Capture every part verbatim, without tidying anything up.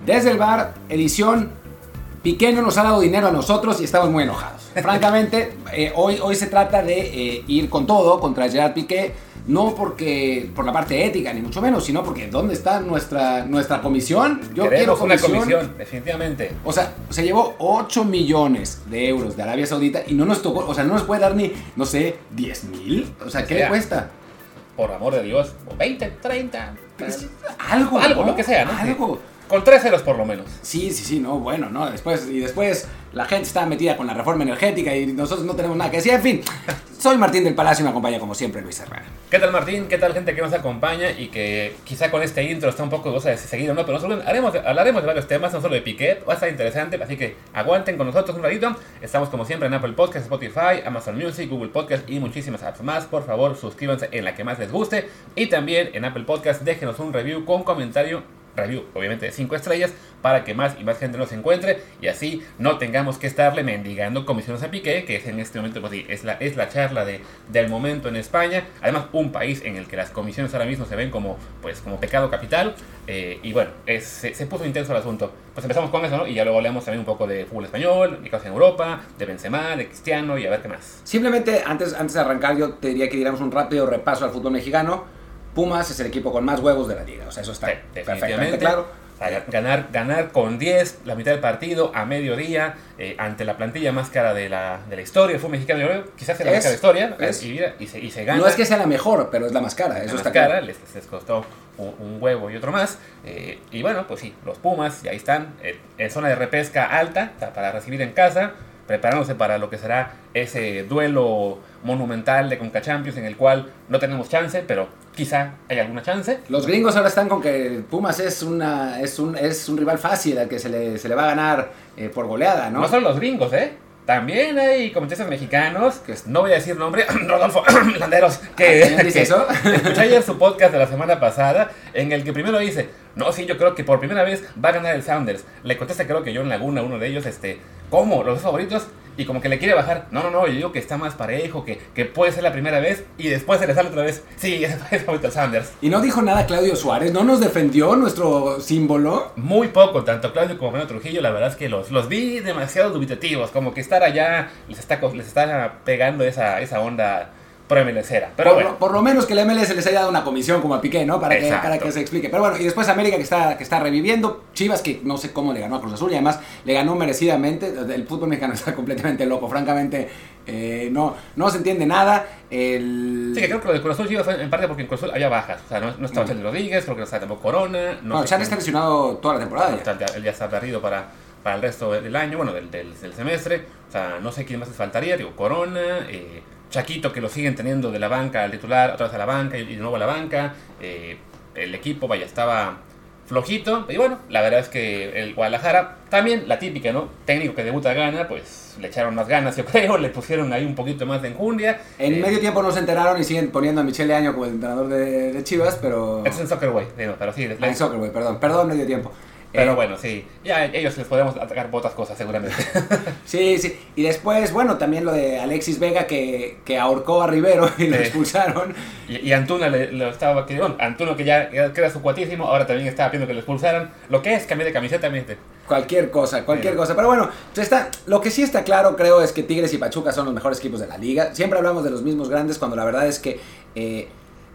Desde el bar, edición Piqué no nos ha dado dinero a nosotros y estamos muy enojados. Francamente, eh, hoy, hoy se trata de eh, ir con todo contra Gerard Piqué, no porque por la parte ética, ni mucho menos, sino porque ¿dónde está nuestra, nuestra comisión? Yo Queremos quiero comisión. una comisión, definitivamente. O sea, se llevó ocho millones de euros de Arabia Saudita y no nos tocó, o sea, no nos puede dar ni, no sé, diez mil. O sea, ¿qué o sea, le cuesta? Por amor de Dios, veinte, treinta. Pues, algo, Algo, ¿no? lo que sea, ¿no? Algo. Con tres ceros por lo menos. Sí, sí, sí, no, bueno, no, después, y después la gente está metida con la reforma energética y nosotros no tenemos nada que decir. En fin, soy Martín del Palacio y me acompaña como siempre Luis Herrera. ¿Qué tal, Martín? ¿Qué tal, gente que nos acompaña y que quizá con este intro está un poco dudosa de si seguir o no? Pero nosotros haremos, hablaremos de varios temas, no solo de Piqué, va a estar interesante, así que aguanten con nosotros un ratito. Estamos como siempre en Apple Podcast, Spotify, Amazon Music, Google Podcast y muchísimas apps más. Por favor, suscríbanse en la que más les guste y también en Apple Podcast déjenos un review con comentario. Review, obviamente de cinco estrellas, para que más y más gente nos encuentre y así no tengamos que estarle mendigando comisiones a Piqué, que es en este momento, pues sí, es la, es la charla de, del momento en España. Además, un país en el que las comisiones ahora mismo se ven como, pues, como pecado capital. Eh, y bueno, es, se, se puso intenso el asunto. Pues empezamos con eso, ¿no? Y ya luego hablamos también un poco de fútbol español, de cosas en Europa, de Benzema, de Cristiano y a ver qué más. Simplemente, antes, antes de arrancar, yo te diría que diéramos un rápido repaso al fútbol mexicano. Pumas es el equipo con más huevos de la liga, o sea, eso está sí, perfectamente claro. O sea, ganar, ganar con diez la mitad del partido a mediodía eh, ante la plantilla más cara de la, de la historia. Fue mexicano, yo creo, quizás sea la es, más cara de la historia es, y, y, se, y se gana. No es que sea la mejor, pero es la más cara, la eso más está cara, claro. Les, les costó un, un huevo y otro más. Eh, y bueno, pues sí, los Pumas ya ahí están eh, en zona de repesca alta para recibir en casa, preparándose para lo que será ese duelo monumental de Conca Champions en el cual no tenemos chance, pero quizá hay alguna chance. Los gringos ahora están con que Pumas es una es un es un rival fácil al que se le, se le va a ganar eh, por goleada, ¿no? No son los gringos, ¿eh? También hay comentaristas mexicanos, que no voy a decir nombre, Rodolfo Landeros, que, ¿Ah, dice que eso? escuché ayer su podcast de la semana pasada, en el que primero dice, no, sí, yo creo que por primera vez va a ganar el Sounders. Le contesta, creo que John Laguna, uno de ellos, este, ¿cómo? ¿Los dos favoritos? Y como que le quiere bajar. No, no, no, yo digo que está más parejo, que, que puede ser la primera vez y después se le sale otra vez. Sí, es el favorito Sanders. Y no dijo nada Claudio Suárez, no nos defendió nuestro símbolo. Muy poco, tanto Claudio como Fernando Trujillo, la verdad es que los, los vi demasiado dubitativos, como que estar allá les está, les está pegando esa, esa onda pro-MLSera. Pero por, bueno. lo, por lo menos que la M L S les haya dado una comisión como a Piqué, ¿no? Para que, para que se explique. Pero bueno, y después América que está, que está reviviendo. Chivas que no sé cómo le ganó a Cruz Azul y además le ganó merecidamente. El fútbol mexicano está completamente loco, francamente. Eh, no, no se entiende nada. El... Sí, que creo que lo de Cruz Azul Chivas fue en parte porque en Cruz Azul había bajas. O sea, no, no estaba Charlie mm. Rodríguez, creo que no estaba tampoco Corona. No, no Charlie está lesionado toda la temporada. No, ya. Él ya está perdido para, para el resto del año, bueno, del, del, del semestre. O sea, no sé quién más les faltaría. Digo, Corona, eh, Chaquito, que lo siguen teniendo de la banca al titular, otra vez a la banca y de nuevo a la banca. Eh, el equipo, vaya, estaba flojito. Y bueno, la verdad es que el Guadalajara, también la típica, ¿no? Técnico que debuta gana, pues le echaron más ganas, yo creo. Le pusieron ahí un poquito más de enjundia. En eh, medio tiempo no se enteraron y siguen poniendo a Michele Año como el entrenador de, de Chivas, pero... Esto es en Soccer Way, pero sí. Ah, en Soccer Way, perdón. Perdón, medio tiempo. Pero eh, bueno, sí, ya ellos les podemos atacar por otras cosas seguramente. Sí, sí, y después, bueno, también lo de Alexis Vega que, que ahorcó a Rivero y lo sí. expulsaron. Y, y Antuna le, lo estaba, que, bueno, Antuna que ya, ya queda su cuatísimo, ahora también estaba pidiendo que lo expulsaran. Lo que es cambiar de camiseta, mente. Cualquier cosa, cualquier sí. cosa. Pero bueno, está, lo que sí está claro, creo, es que Tigres y Pachuca son los mejores equipos de la liga. Siempre hablamos de los mismos grandes, cuando la verdad es que eh,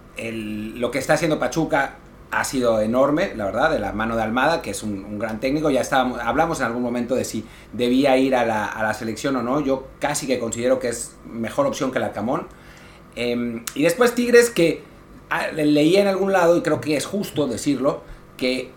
el, lo que está haciendo Pachuca ha sido enorme, la verdad, de la mano de Almada, que es un, un gran técnico. Ya estábamos, hablamos en algún momento de si debía ir a la, a la selección o no. Yo casi que considero que es mejor opción que el Arcamón. Eh, y después Tigres, que ah, leí en algún lado, y creo que es justo decirlo, que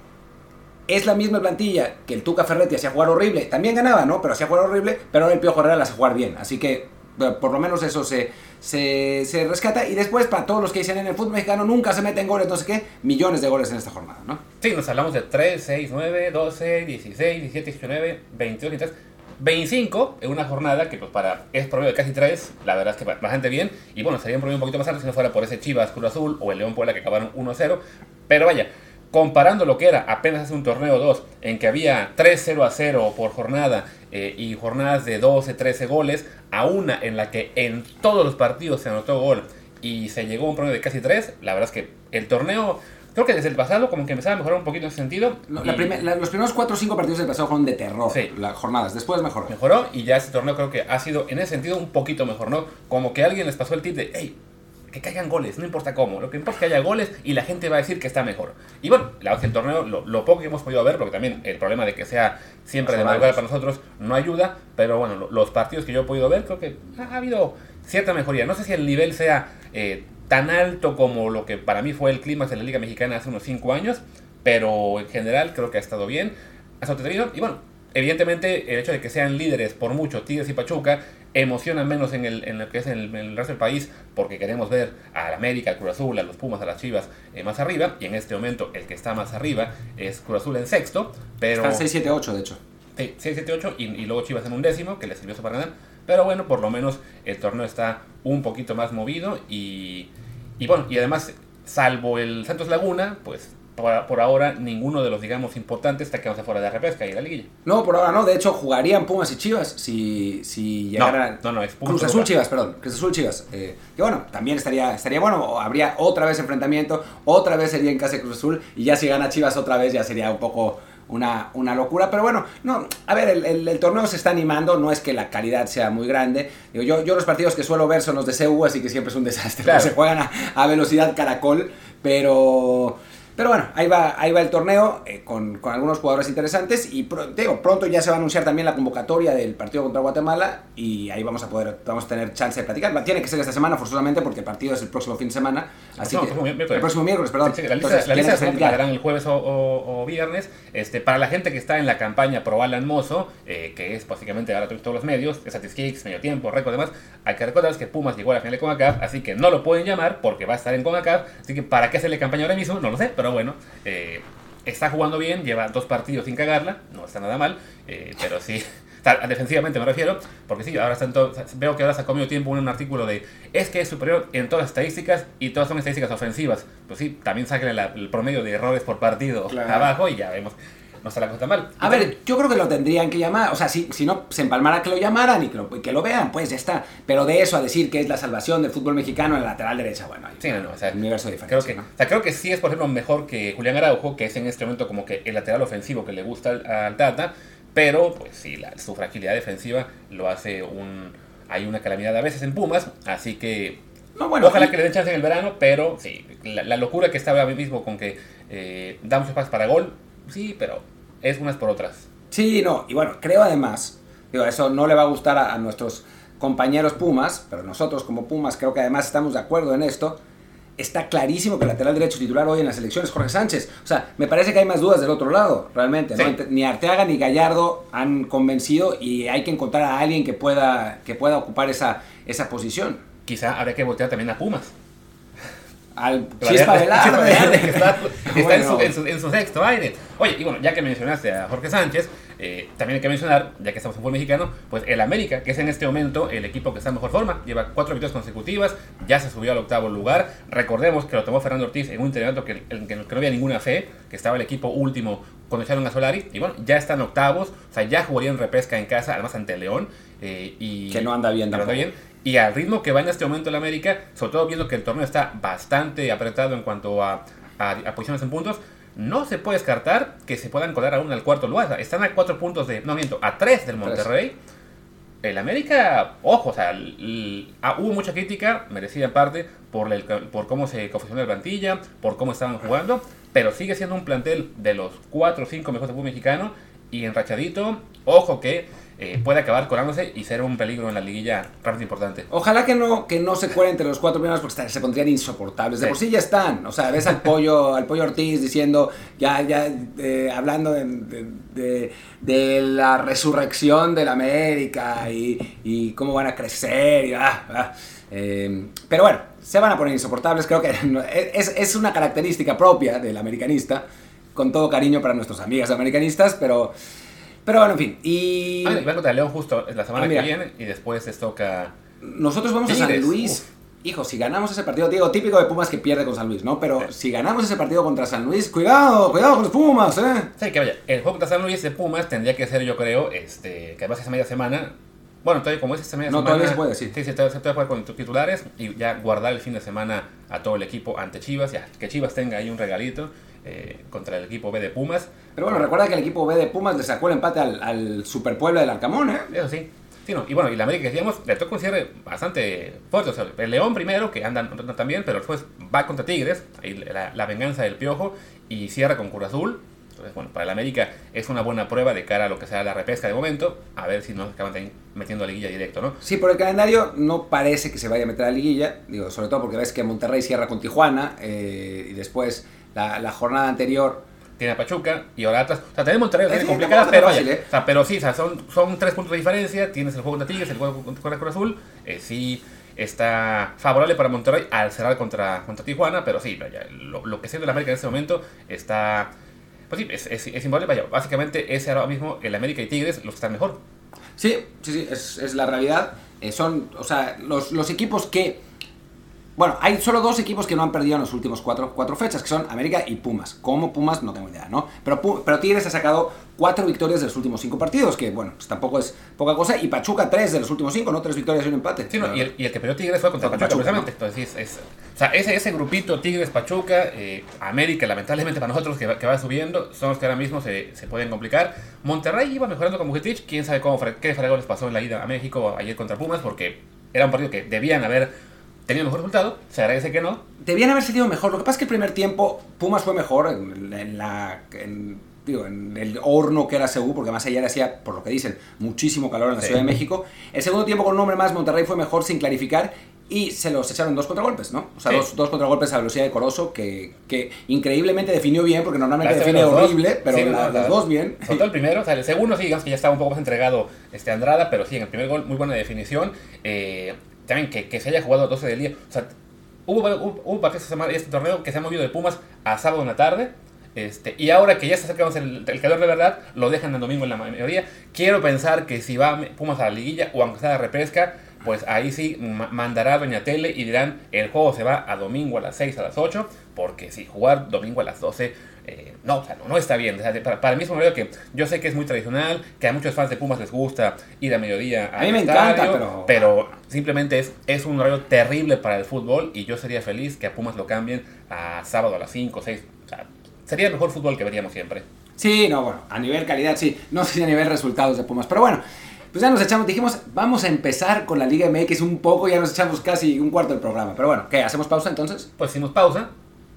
es la misma plantilla que el Tuca Ferretti hacía jugar horrible. También ganaba, ¿no? Pero hacía jugar horrible, pero ahora el Piojo Herrera la hace jugar bien. Así que por lo menos eso se, se, se rescata. Y después, para todos los que dicen en el fútbol mexicano nunca se meten goles, no sé qué, millones de goles en esta jornada, ¿no? Sí, nos hablamos de tres, seis, nueve, doce, dieciséis, diecisiete, diecinueve, veintidós, veintitrés, veinticinco en una jornada que pues para es promedio de casi tres, la verdad es que bastante bien. Y bueno, sería un promedio un poquito más alto si no fuera por ese Chivas Cruz Azul o el León Puebla que acabaron uno a cero. Pero vaya, comparando lo que era apenas hace un torneo dos, en que había tres cero a cero por jornada eh, y jornadas de doce, trece goles, a una en la que en todos los partidos se anotó gol y se llegó a un promedio de casi tres, la verdad es que el torneo creo que desde el pasado como que empezaba a mejorar un poquito en ese sentido. La y... primer, la, los primeros cuatro o cinco partidos del pasado fueron de terror, sí. Las jornadas, después mejoró. Mejoró y ya este torneo creo que ha sido en ese sentido un poquito mejor, ¿no? Como que alguien les pasó el tip de, hey, que caigan goles, no importa cómo, lo que importa es que haya goles y la gente va a decir que está mejor. Y bueno, la verdad es que el torneo, lo, lo poco que hemos podido ver, porque también el problema de que sea siempre de madrugada para nosotros no ayuda, pero bueno, lo, los partidos que yo he podido ver, creo que ha, ha habido cierta mejoría. No sé si el nivel sea eh, tan alto como lo que para mí fue el clímax de la Liga Mexicana hace unos cinco años, pero en general creo que ha estado bien, ha estado entretenido, y bueno, evidentemente el hecho de que sean líderes por mucho Tigres y Pachuca emociona menos en, el, en lo que es en el, en el resto del país, porque queremos ver al América, al Cruz Azul, a los Pumas, a las Chivas eh, más arriba, y en este momento el que está más arriba es Cruz Azul en sexto, pero... Están seis siete ocho de hecho. Sí, seis siete ocho y, y luego Chivas en un décimo, que les sirvió eso para ganar, pero bueno, por lo menos el torneo está un poquito más movido, y, y bueno, y además, salvo el Santos Laguna, pues... Por, por ahora, ninguno de los, digamos, importantes está quedándose fuera de la repesca y de la liguilla. No, por ahora no. De hecho, jugarían Pumas y Chivas si, si llegaran... No, no, no es Pumas. Cruz Azul Chivas, perdón. Cruz Azul Chivas. Eh, que bueno, también estaría, estaría bueno. Habría otra vez enfrentamiento. Otra vez sería en casa de Cruz Azul. Y ya si gana Chivas otra vez ya sería un poco... Una, una locura, pero bueno, no, a ver, el, el, el torneo se está animando, no es que la calidad sea muy grande. Digo, yo, yo los partidos que suelo ver son los de C U, así que siempre es un desastre, claro. Se juegan a, a velocidad caracol, pero... Pero bueno, ahí va, ahí va el torneo eh, con, con algunos jugadores interesantes y pro, digo, pronto ya se va a anunciar también la convocatoria del partido contra Guatemala y ahí vamos a poder vamos a tener chance de platicar. Tiene que ser esta semana forzosamente porque el partido es el próximo fin de semana, así no, que el próximo, el próximo miércoles, perdón. Sí, sí, la lista, Entonces, la lista se publicarán el jueves o, o, o viernes. Este, para la gente que está en la campaña Pro Alan Mozo, eh, que es básicamente ahora todos los medios, Statistics, Medio Tiempo, Récord y demás, hay que recordar que Pumas llegó a la final de CONCACAF, así que no lo pueden llamar porque va a estar en CONCACAF, así que para qué hacerle campaña ahora mismo, no lo sé, pero bueno. Eh, está jugando bien, lleva dos partidos sin cagarla, no está nada mal, eh, pero sí, está, defensivamente me refiero, porque sí, ahora están todo, veo que ahora sacó medio tiempo un artículo de es que es superior en todas las estadísticas y todas son estadísticas ofensivas, pues sí, también saquen el promedio de errores por partido claro. abajo y ya vemos. No está la cosa mal. A ver, yo creo que lo tendrían que llamar. O sea, si, si no se empalmara que lo llamaran y que lo, que lo vean, pues ya está. Pero de eso a decir que es la salvación del fútbol mexicano en la lateral derecha, bueno, hay sí, no, no, o sea, un universo diferente. Creo que, ¿no? O sea, creo que sí es, por ejemplo, mejor que Julián Araujo, que es en este momento como que el lateral ofensivo que le gusta al, al Tata, pero pues sí, la, su fragilidad defensiva lo hace un... Hay una calamidad a veces en Pumas, así que... No, bueno, ojalá y... que le den chance en el verano, pero sí, la, la locura que estaba ahora mismo con que eh, da muchos pases para gol, sí, pero... es unas por otras. Sí, no, y bueno, creo además, digo, eso no le va a gustar a, a nuestros compañeros Pumas, pero nosotros como Pumas creo que además estamos de acuerdo en esto, está clarísimo que el lateral derecho titular hoy en las elecciones es Jorge Sánchez. O sea, me parece que hay más dudas del otro lado, realmente, ¿no? Sí. Ni Arteaga ni Gallardo han convencido y hay que encontrar a alguien que pueda, que pueda ocupar esa, esa posición. Quizá habría que voltear también a Pumas. Al Chispa Velarde, que está, está bueno. en, su, en, su, en su sexto aire. Oye, y bueno, ya que mencionaste a Jorge Sánchez, eh, también hay que mencionar, ya que estamos en fútbol mexicano, pues el América, que es en este momento el equipo que está en mejor forma, lleva cuatro victorias consecutivas, ya se subió al octavo lugar. Recordemos que lo tomó Fernando Ortiz en un entrenamiento que, en que no había ninguna fe, que estaba el equipo último cuando echaron a Solari, y bueno, ya están octavos, o sea, ya jugarían repesca en casa, además ante León. Eh, y, que no anda bien no anda bien. Y al ritmo que va en este momento el América, sobre todo viendo que el torneo está bastante apretado en cuanto a, a, a posiciones en puntos, no se puede descartar que se puedan colar aún al cuarto lugar. Están a cuatro puntos de, no miento, a tres del Monterrey. Tres. El América, ojo, o sea, el, el, ah, hubo mucha crítica, merecida en parte, por, el, por cómo se confeccionó la plantilla, por cómo estaban jugando, pero sigue siendo un plantel de los cuatro o cinco mejores del fútbol mexicano y enrachadito. Ojo que Eh, puede acabar colándose y ser un peligro en la liguilla realmente importante. Ojalá que no que no se cuelen entre los cuatro primeros porque se pondrían insoportables. De sí. por sí ya están. O sea, ves al pollo, al pollo Ortiz diciendo, ya, ya, eh, hablando de, de, de, de la resurrección de la América y, y cómo van a crecer. Y, ah, ah. Eh, pero bueno, se van a poner insoportables. Creo que es, es una característica propia del americanista. Con todo cariño para nuestros amigos americanistas, pero... Pero bueno, en fin, y... Ah, y va contra León justo la semana ah, que viene y después les toca... Nosotros vamos Tigres. a San Luis. Uf. Hijo, si ganamos ese partido, digo, típico de Pumas que pierde con San Luis, ¿no? Pero sí. si ganamos ese partido contra San Luis, cuidado, cuidado con los Pumas, ¿eh? Sí, que vaya, el juego contra San Luis de Pumas tendría que ser, yo creo, este que además esa media semana, Bueno, todavía como es esta media no, semana... todavía se puede, sí. Sí, sí, se puede jugar con titulares y ya guardar el fin de semana a todo el equipo ante Chivas, ya que Chivas tenga ahí un regalito eh, contra el equipo B de Pumas. Pero bueno, recuerda que el equipo B de Pumas le sacó el empate al, al Super Puebla del Arcamón, ¿eh? Eso sí. Sí, no, y bueno, y la América que decíamos, le toca un cierre bastante fuerte. O sea, el León primero, que andan también, pero después va contra Tigres, ahí la, la venganza del Piojo, y cierra con Cruz Azul. Entonces, bueno, para el América es una buena prueba de cara a lo que sea la repesca de momento, a ver si nos acaban metiendo a liguilla directo, ¿no? Sí, por el calendario no parece que se vaya a meter a liguilla, digo, sobre todo porque ves que Monterrey cierra con Tijuana, eh, y después la, la jornada anterior... Tiene a Pachuca y ahora Atlas. O sea, tenemos Monterrey, tiene Sí, complicada, no, pero, fácil, vaya, ¿eh? o sea, pero sí, o sea, son, son tres puntos de diferencia. Tienes el juego contra Tigres, el juego contra Cruz Azul. Eh, sí está favorable para Monterrey al cerrar contra, contra Tijuana, pero sí, vaya, lo, lo que siente el América en este momento está... Pues sí, es, es, es imposible, vaya, básicamente es ahora mismo el América y Tigres los que están mejor. Sí, sí, sí, es, es la realidad. Eh, son, o sea, los, los equipos que... Bueno, hay solo dos equipos que no han perdido en los últimos cuatro, cuatro fechas, que son América y Pumas. ¿Cómo Pumas? No tengo idea, ¿no? Pero, pero Tigres ha sacado cuatro victorias de los últimos cinco partidos, que bueno, pues tampoco es poca cosa. Y Pachuca tres de los últimos cinco, ¿no? Tres victorias y un empate. Sí, no, y, el, y el que perdió Tigres fue contra Pachuca, Pachuca, precisamente. ¿No? Entonces, es, es, o sea, ese, ese grupito Tigres, Pachuca, eh, América, lamentablemente para nosotros que va, que va subiendo, son los que ahora mismo se, se pueden complicar. Monterrey iba mejorando con Bucetich, quién sabe cómo, qué fregado les pasó en la ida a México ayer contra Pumas, porque era un partido que debían haber tenido mejor resultado, se agradece que no. Debían haber sido mejor. Lo que pasa es que el primer tiempo Pumas fue mejor en, en la en, digo, en el horno que era C U, porque más allá hacía, por lo que dicen, muchísimo calor en la sí. Ciudad de México. El segundo tiempo con un hombre más, Monterrey fue mejor sin clarificar y se los echaron dos contragolpes, ¿no? O sea, sí. dos, dos contragolpes a velocidad de Corozo que, que increíblemente definió bien, porque normalmente define horrible, dos, pero sí, la, las dos bien. Sobre todo el primero, o sea, el segundo sí, digamos que ya estaba un poco más entregado este Andrada, pero sí, en el primer gol muy buena definición. Eh, también que, que se haya jugado a doce del día, o sea, hubo, hubo, hubo partidos de este torneo que se ha movido de Pumas a sábado en la tarde, este, y ahora que ya se acercamos el, el calor de verdad, lo dejan el domingo en la mayoría. Quiero pensar que si va Pumas a la liguilla o aunque sea de repesca, pues ahí sí ma- mandará a Doña Tele y dirán, el juego se va a domingo a las seis, a las ocho, porque si jugar domingo a las doce, eh, no, o sea, no, no está bien. O sea, para, para mí es un horario que yo sé que es muy tradicional, que a muchos fans de Pumas les gusta ir a mediodía al a mí me estadio, encanta, pero... pero simplemente es, es un horario terrible para el fútbol y yo sería feliz que a Pumas lo cambien a sábado a las cinco, seis, o sea, sería el mejor fútbol que veríamos siempre. Sí, no, bueno, a nivel calidad sí, no sé si a nivel resultados de Pumas, pero bueno, pues ya nos echamos, dijimos, vamos a empezar con la Liga M X un poco, ya nos echamos casi un cuarto del programa, pero bueno, ¿qué? ¿Hacemos pausa entonces? Pues hicimos pausa,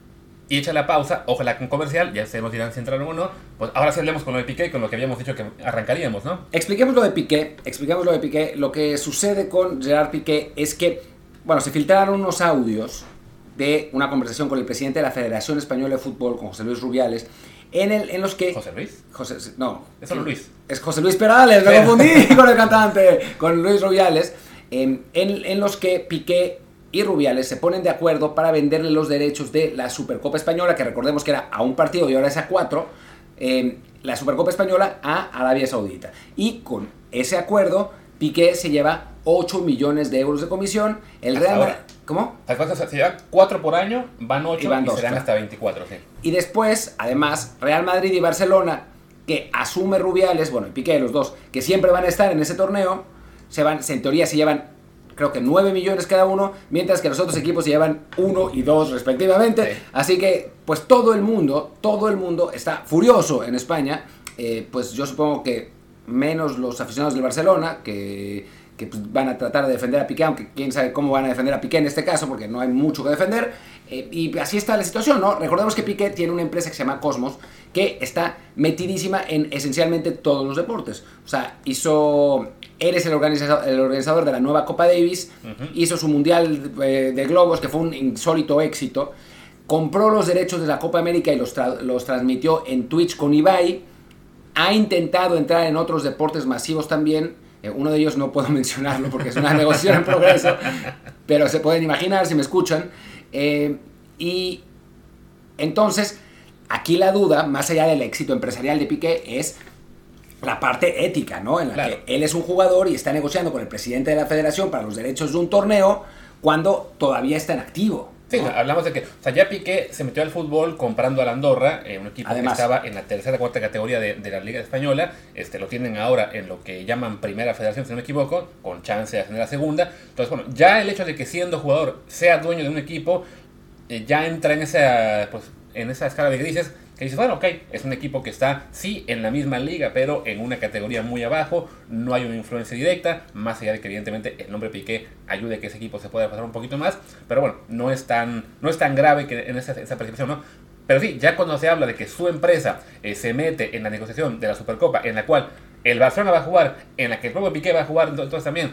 y echa la pausa, ojalá con comercial, ya se nos dirán si entraron o no, pues ahora sí hablemos con lo de Piqué, con lo que habíamos dicho que arrancaríamos, ¿no? Expliquemos lo de Piqué, expliquemos lo de Piqué, lo que sucede con Gerard Piqué es que, bueno, se filtraron unos audios de una conversación con el presidente de la Federación Española de Fútbol, con José Luis Rubiales, en, el, en los que... ¿José Luis? José, no. Es solo Luis. Es José Luis Perales, me confundí con el cantante, con Luis Rubiales, en, en, en los que Piqué y Rubiales se ponen de acuerdo para venderle los derechos de la Supercopa Española, que recordemos que era a un partido y ahora es a cuatro, eh, la Supercopa Española a Arabia Saudita. Y con ese acuerdo, Piqué se lleva ocho millones de euros de comisión. El Real Madrid... ¿Cómo? Si llevan cuatro por año, van ocho y, van dos, y serán claro. hasta veinticuatro, sí. Y después, además, Real Madrid y Barcelona, que asume Rubiales, bueno, y Piqué, los dos, que siempre van a estar en ese torneo, se van, en teoría se llevan, creo que nueve millones cada uno, mientras que los otros equipos se llevan uno y dos respectivamente. Sí. Así que, pues todo el mundo, todo el mundo está furioso en España. Eh, pues yo supongo que menos los aficionados del Barcelona, que... que pues van a tratar de defender a Piqué, aunque quién sabe cómo van a defender a Piqué en este caso, porque no hay mucho que defender, eh, y así está la situación, ¿no? Recordemos que Piqué tiene una empresa que se llama Cosmos, que está metidísima en esencialmente todos los deportes. O sea, hizo... Él es el organizador, el organizador de la nueva Copa Davis, uh-huh. hizo su Mundial eh, de Globos, que fue un insólito éxito, compró los derechos de la Copa América y los, tra- los transmitió en Twitch con Ibai, ha intentado entrar en otros deportes masivos también. Uno de ellos no puedo mencionarlo porque es una negociación en progreso, pero se pueden imaginar si me escuchan. Eh, y entonces, aquí la duda, más allá del éxito empresarial de Piqué, es la parte ética, ¿no? En la claro. que él es un jugador y está negociando con el presidente de la federación para los derechos de un torneo cuando todavía está en activo. Sí, ¿no? hablamos de que, o sea, ya Piqué se metió al fútbol comprando al Andorra, eh, un equipo Además. que estaba en la tercera cuarta categoría de, de la Liga Española. Este, lo tienen ahora en lo que llaman Primera Federación, si no me equivoco, con chance de ascender a segunda. Entonces, bueno, ya el hecho de que siendo jugador sea dueño de un equipo, eh, ya entra en esa, pues, en esa escala de grises, que dices, bueno, ok, es un equipo que está, sí, en la misma liga, pero en una categoría muy abajo, no hay una influencia directa, más allá de que evidentemente el nombre Piqué ayude a que ese equipo se pueda pasar un poquito más, pero bueno, no es tan, no es tan grave que en esa, esa participación, ¿no? Pero sí, ya cuando se habla de que su empresa eh, se mete en la negociación de la Supercopa, en la cual el Barcelona va a jugar, en la que el propio Piqué va a jugar entonces también,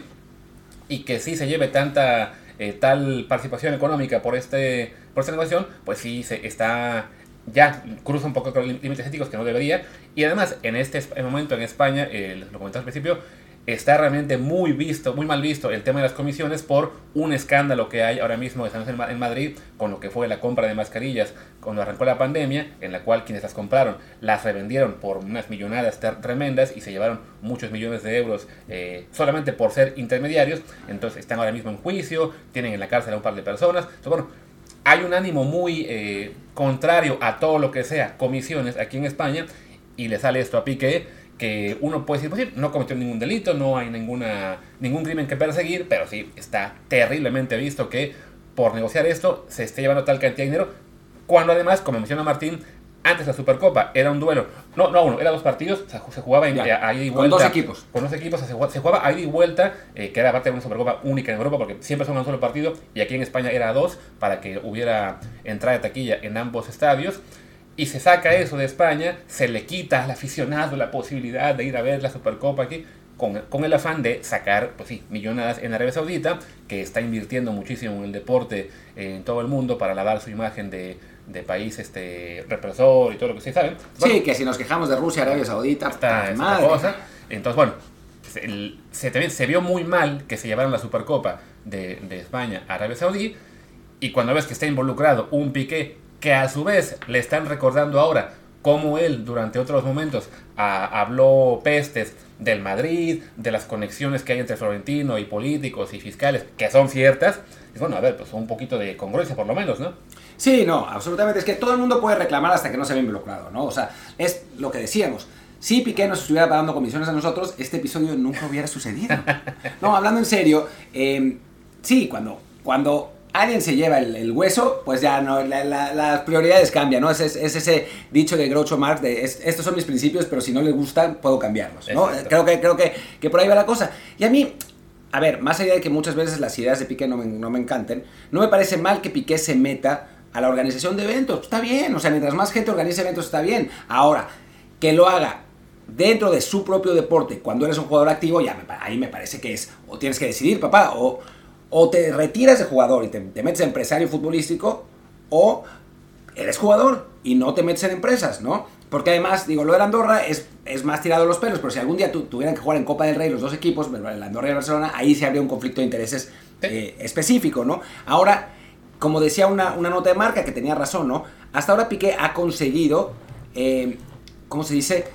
y que sí se lleve tanta, eh, tal participación económica por, este, por esta negociación, pues sí se está... ya cruza un poco con los límites éticos que no debería. Y además, en este momento en España, eh, lo comentaba al principio, está realmente muy visto, muy mal visto el tema de las comisiones por un escándalo que hay ahora mismo en Madrid con lo que fue la compra de mascarillas cuando arrancó la pandemia, en la cual quienes las compraron las revendieron por unas millonadas tremendas y se llevaron muchos millones de euros eh, solamente por ser intermediarios. Entonces están ahora mismo en juicio, tienen en la cárcel a un par de personas. Entonces, bueno, hay un ánimo muy eh, contrario a todo lo que sea comisiones aquí en España, y le sale esto a Piqué, que uno puede decir, pues sí, no cometió ningún delito, no hay ninguna, ningún crimen que perseguir, pero sí está terriblemente visto que por negociar esto se esté llevando tal cantidad de dinero, cuando además, como menciona Martín, antes la Supercopa era un duelo, no, no uno, era dos partidos, o sea, se jugaba en, ya, ahí y vuelta. Con dos equipos. Con dos equipos, se jugaba, se jugaba ahí y vuelta, eh, que era parte de una Supercopa única en Europa, porque siempre son un solo partido, y aquí en España era dos, para que hubiera entrada de taquilla en ambos estadios. Y se saca eso de España, se le quita al aficionado la posibilidad de ir a ver la Supercopa aquí, con, con el afán de sacar, pues sí, millonadas en Arabia Saudita, que está invirtiendo muchísimo en el deporte eh, en todo el mundo para lavar su imagen de, de país este represor y todo lo que ustedes saben. Bueno, sí, que si nos quejamos de Rusia, Arabia Saudita, esta, esta madre. cosa. Entonces, bueno, se, se, también se vio muy mal que se llevaran la Supercopa de, de España a Arabia Saudí, y cuando ves que está involucrado un Piqué, que a su vez le están recordando ahora cómo él durante otros momentos a, habló pestes del Madrid, de las conexiones que hay entre Florentino y políticos y fiscales, que son ciertas, y bueno, a ver, pues un poquito de congruencia por lo menos, ¿no? Sí, no, absolutamente, es que todo el mundo puede reclamar hasta que no se ve involucrado, ¿no? O sea, es lo que decíamos. Si Piqué nos estuviera pagando comisiones a nosotros, este episodio nunca hubiera sucedido. No, hablando en serio, eh, sí, cuando, cuando alguien se lleva el, el hueso, pues ya no, la, la, las prioridades cambian, ¿no? Es, es, es ese dicho de Groucho Marx de es, estos son mis principios, pero si no les gustan, puedo cambiarlos, ¿no? Exacto. Creo, que, creo que, que por ahí va la cosa. Y a mí, a ver, más allá de que muchas veces las ideas de Piqué no me, no me encanten, no me parece mal que Piqué se meta a la organización de eventos. Está bien, o sea, mientras más gente organice eventos está bien. Ahora, que lo haga dentro de su propio deporte, cuando eres un jugador activo, ya me, ahí me parece que es, o tienes que decidir, papá, o... o te retiras de jugador y te, te metes en empresario futbolístico, o eres jugador y no te metes en empresas, ¿no? Porque además, digo, lo de Andorra es, es más tirado de los pelos, pero si algún día tu, tuvieran que jugar en Copa del Rey los dos equipos, el Andorra y el Barcelona, ahí se habría un conflicto de intereses eh, específico, ¿no? Ahora, como decía una, una nota de marca que tenía razón, ¿no? Hasta ahora Piqué ha conseguido, eh, ¿cómo se dice?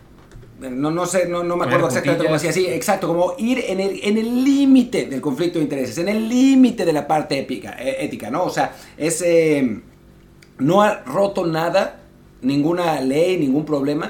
No, no sé, no, no me acuerdo exactamente cómo decía, sí, exacto, como ir en el en el límite del conflicto de intereses, en el límite de la parte épica, eh, ética, ¿no? O sea, es, eh, no ha roto nada, ninguna ley, ningún problema,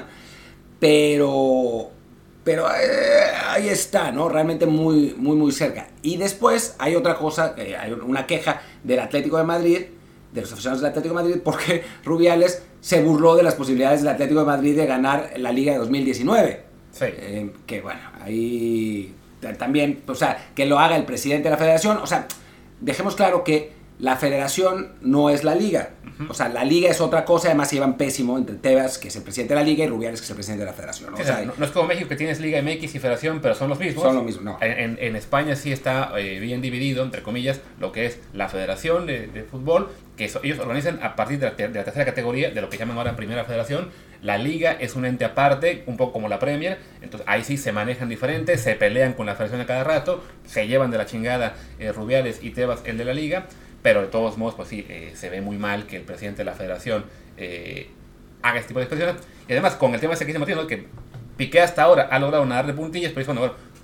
pero, pero eh, ahí está, ¿no? Realmente muy, muy, muy cerca. Y después hay otra cosa, eh, hay una queja del Atlético de Madrid, de los aficionados del Atlético de Madrid, porque Rubiales se burló de las posibilidades del Atlético de Madrid de ganar la Liga de dos mil diecinueve. Sí. Eh, que bueno, ahí también, o sea, que lo haga el presidente de la federación. O sea, dejemos claro que la federación no es la liga. Uh-huh. O sea, la liga es otra cosa, además se llevan pésimo entre Tebas, que es el presidente de la liga, y Rubiales, que es el presidente de la federación, ¿no? Sí, o sea, no, no es como México, que tienes Liga M X y Federación, pero son los mismos. Son lo mismo, no. En, en España sí está eh, bien dividido, entre comillas, lo que es la Federación de, de Fútbol, que eso, ellos organizan a partir de la, de la tercera categoría, de lo que llaman ahora Primera Federación. La Liga es un ente aparte, un poco como la Premier, entonces ahí sí se manejan diferentes, se pelean con la Federación a cada rato, se llevan de la chingada eh, Rubiales y Tebas, el de la Liga. Pero de todos modos, pues sí, eh, se ve muy mal que el presidente de la federación eh, haga este tipo de expresiones. Y además, con el tema ese que dice Martín, ¿no? Que Piqué hasta ahora ha logrado nadar de puntillas, pero dice, bueno, bueno,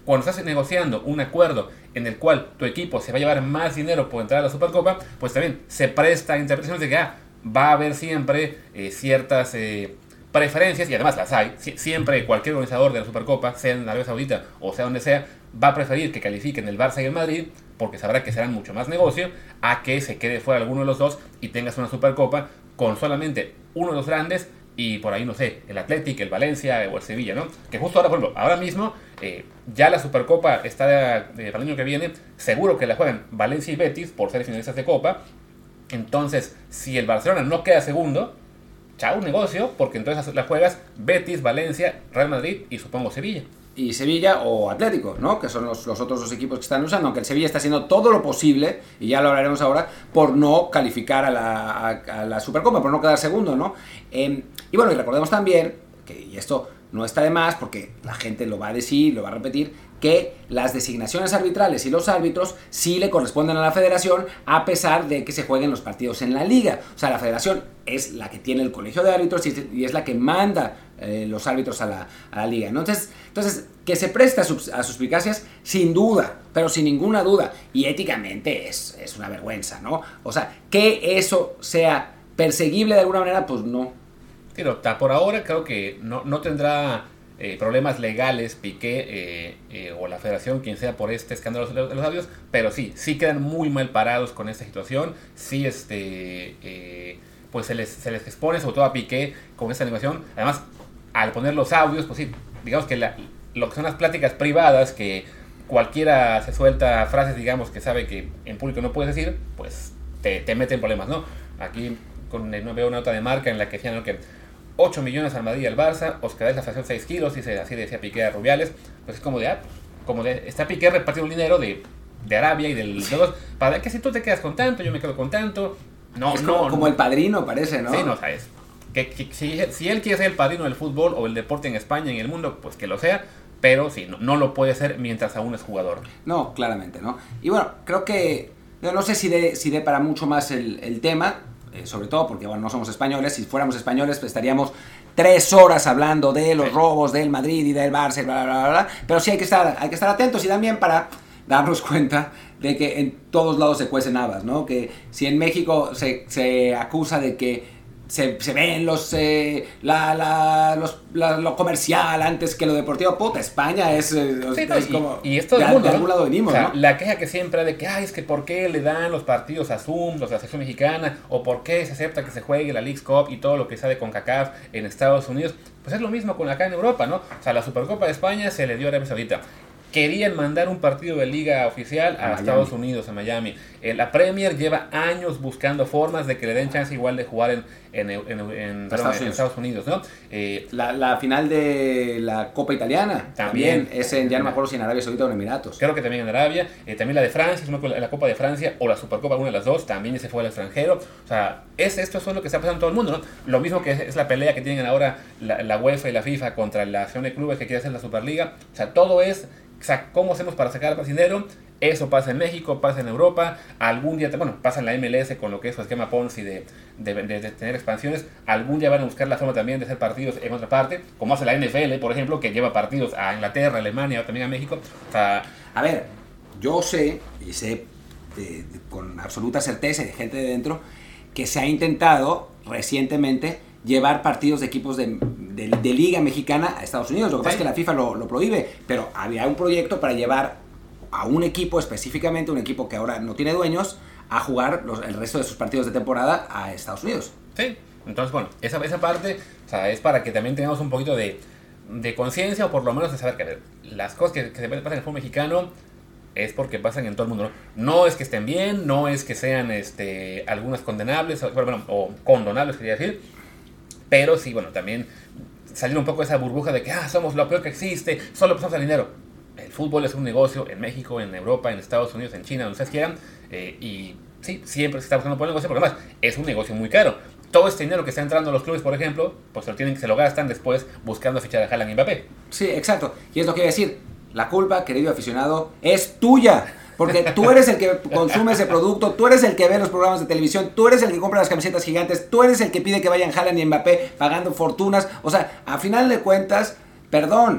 cuando estás negociando un acuerdo en el cual tu equipo se va a llevar más dinero por entrar a la Supercopa, pues también se presta a interpretaciones de que ah, va a haber siempre eh, ciertas eh, preferencias, y además las hay. Sie- siempre cualquier organizador de la Supercopa, sea en Arabia Saudita o sea donde sea, va a preferir que califiquen el Barça y el Madrid, porque sabrá que serán mucho más negocio, a que se quede fuera alguno de los dos y tengas una Supercopa con solamente uno de los grandes, y por ahí, no sé, el Athletic, el Valencia o el Sevilla, ¿no? Que justo ahora, por ejemplo, ahora mismo, eh, ya la Supercopa está eh, para el año que viene, seguro que la juegan Valencia y Betis por ser finalistas de Copa. Entonces, si el Barcelona no queda segundo, chao negocio, porque entonces la juegas Betis, Valencia, Real Madrid y supongo Sevilla. Y Sevilla o Atlético, ¿no? Que son los, los otros dos equipos que están usando, aunque el Sevilla está haciendo todo lo posible, y ya lo hablaremos ahora, por no calificar a la, a, a la Supercopa, por no quedar segundo, ¿no? Eh, y bueno, y recordemos también, que, y esto no está de más, porque la gente lo va a decir, lo va a repetir, que las designaciones arbitrales y los árbitros sí le corresponden a la federación, a pesar de que se jueguen los partidos en la liga. O sea, la federación es la que tiene el colegio de árbitros y es la que manda eh, los árbitros a la, a la liga, ¿no? Entonces, entonces, que se presta a, sus, a suspicacias, sin duda, pero sin ninguna duda. Y éticamente es, es una vergüenza, ¿no? O sea, que eso sea perseguible de alguna manera, pues no. Pero por ahora creo que no, no tendrá eh, problemas legales Piqué eh, eh, o la federación, quien sea, por este escándalo de los, de los audios, pero sí, sí quedan muy mal parados con esta situación. Sí, este, eh, pues se les, se les expone, sobre todo a Piqué, con esta animación. Además, al poner los audios, pues sí, digamos que la, lo que son las pláticas privadas, que cualquiera se suelta frases, digamos, que sabe que en público no puedes decir, pues te, te meten problemas, ¿no? Aquí con, no veo una nota de Marca en la que decían, ¿no?, que ocho millones al Madrid y al Barça, os quedáis la fracción seis kilos, dice, así decía Piqué a Rubiales. Pues es como de, ah, como de, está Piqué repartiendo dinero de, de Arabia y del de dos, para que si tú te quedas con tanto, yo me quedo con tanto. No, es no, como, como no. El Padrino, parece, ¿no? Sí, no, sabes. Que, que, si, si él quiere ser el padrino del fútbol o el deporte en España y en el mundo, pues que lo sea, pero sí, no, no lo puede ser mientras aún es jugador. No, claramente, ¿no? Y bueno, creo que, no sé si dé si de para mucho más el, el tema, eh, sobre todo porque, bueno, no somos españoles. Si fuéramos españoles, pues estaríamos tres horas hablando de los robos del Madrid y del Barça, bla, bla, bla, bla. Pero sí hay que estar, hay que estar atentos, y también para darnos cuenta de que en todos lados se cuecen habas, ¿no? Que si en México se, se acusa de que Se, se ven los, eh, la, la, los la, lo comercial antes que lo deportivo. Puta, España es, eh, sí, no, es y, como... y esto de, del mundo, de algún ¿no? lado venimos, o sea, ¿no? La queja que siempre hay de que, ay, es que ¿por qué le dan los partidos a Zoom, los de la selección mexicana? ¿O por qué se acepta que se juegue la Leagues Cup y todo lo que sale con CONCACAF en Estados Unidos? Pues es lo mismo con acá en Europa, ¿no? O sea, la Supercopa de España se le dio a Arabia Saudita. Querían mandar un partido de liga oficial a, a Estados Unidos, a Miami. Eh, la Premier lleva años buscando formas de que le den chance igual de jugar en, en, en, en, en, perdón, en Estados Unidos, ¿no? Eh, la, la final de la Copa Italiana también, también es en, ya no me acuerdo si en Arabia Saudita o en Emiratos. Creo que también en Arabia. Eh, también la de Francia, la Copa de Francia o la Supercopa, una de las dos, también se fue al extranjero. O sea, es, esto es lo que está pasando en todo el mundo, ¿no? Lo mismo que es, es la pelea que tienen ahora la, la UEFA y la FIFA contra la Asociación de Clubes que quiere hacer la Superliga. O sea, todo es... O sea, ¿cómo hacemos para sacar más dinero? Eso pasa en México, pasa en Europa, algún día, bueno, pasa en la M L S con lo que es su esquema Ponzi de, de, de, de tener expansiones, algún día van a buscar la forma también de hacer partidos en otra parte, como hace la N F L, por ejemplo, que lleva partidos a Inglaterra, Alemania, también a México. O sea, a ver, yo sé, y sé de, de, con absoluta certeza de gente de dentro, que se ha intentado recientemente llevar partidos de equipos de, de, de liga mexicana a Estados Unidos. Lo que pasa es que la FIFA lo, lo prohíbe, pero había un proyecto para llevar a un equipo, específicamente un equipo que ahora no tiene dueños, a jugar los, el resto de sus partidos de temporada a Estados Unidos. Sí, entonces bueno, esa, esa parte, o sea, es para que también tengamos un poquito de, de conciencia, o por lo menos de saber que a ver, las cosas que, que se pasan en el fútbol mexicano es porque pasan en todo el mundo, ¿no? No es que estén bien, no es que sean este, algunas condenables, o, bueno, o condonables, quería decir. Pero sí, bueno, también salir un poco de esa burbuja de que ah, somos lo peor que existe, solo pensamos al dinero. El fútbol es un negocio en México, en Europa, en Estados Unidos, en China, donde ustedes quieran. Eh, y sí, siempre se está buscando por el negocio, porque además es un negocio muy caro. Todo este dinero que está entrando a los clubes, por ejemplo, pues se lo, tienen, se lo gastan después buscando fichar a Haaland y Mbappé. Sí, exacto. Y es lo que iba a decir. La culpa, querido aficionado, es tuya. Porque tú eres el que consume ese producto, tú eres el que ve los programas de televisión, tú eres el que compra las camisetas gigantes, tú eres el que pide que vayan Haaland y Mbappé pagando fortunas. O sea, a final de cuentas, perdón,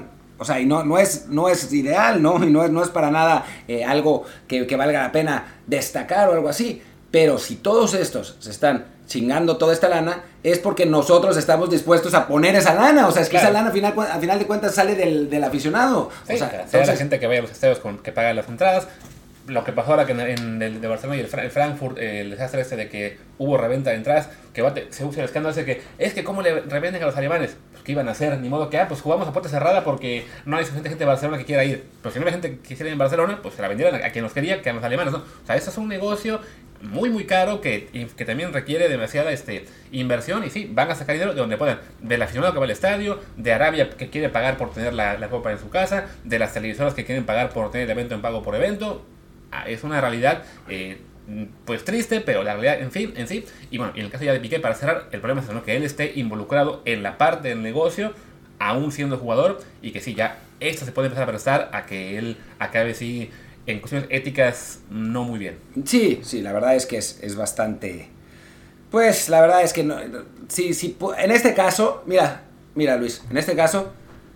O sea, y no, no, es, no es ideal, ¿no? Y no es, no es para nada eh, algo que, que valga la pena destacar o algo así. Pero si todos estos se están chingando toda esta lana, es porque nosotros estamos dispuestos a poner esa lana. O sea, es que claro. esa lana al final, al final de cuentas sale del, del aficionado. Sí, o sea, sea entonces... la gente que vaya a los estadios con, que paga las entradas. Lo que pasó ahora que en, en el de Barcelona y el, Fra- el Frankfurt, eh, el desastre este de que hubo reventa de entradas, que va te, se usa el escándalo ese que es que cómo le revenden a los alemanes, pues qué iban a hacer, ni modo que ah, pues jugamos a puerta cerrada porque no hay suficiente gente de Barcelona que quiera ir, pero si no hay gente que quisiera ir en Barcelona, pues se la vendieran a, a quien los quería, que a los alemanes, ¿no? O sea, eso es un negocio muy muy caro que, que también requiere demasiada este, inversión y sí, van a sacar dinero de donde puedan, del aficionado que va al estadio, de Arabia que quiere pagar por tener la, la copa en su casa, de las televisoras que quieren pagar por tener el evento en pago por evento. Es una realidad eh, pues triste, pero la realidad en fin, en sí. Y bueno, en el caso ya de Piqué, para cerrar, el problema es ¿no? que él esté involucrado en la parte del negocio, aún siendo jugador, y que sí, ya esto se puede empezar a prestar a que él acabe sí en cuestiones éticas no muy bien. Sí, sí, la verdad es que es, es bastante... Pues la verdad es que no, sí, sí, en este caso, mira, mira Luis, en este caso...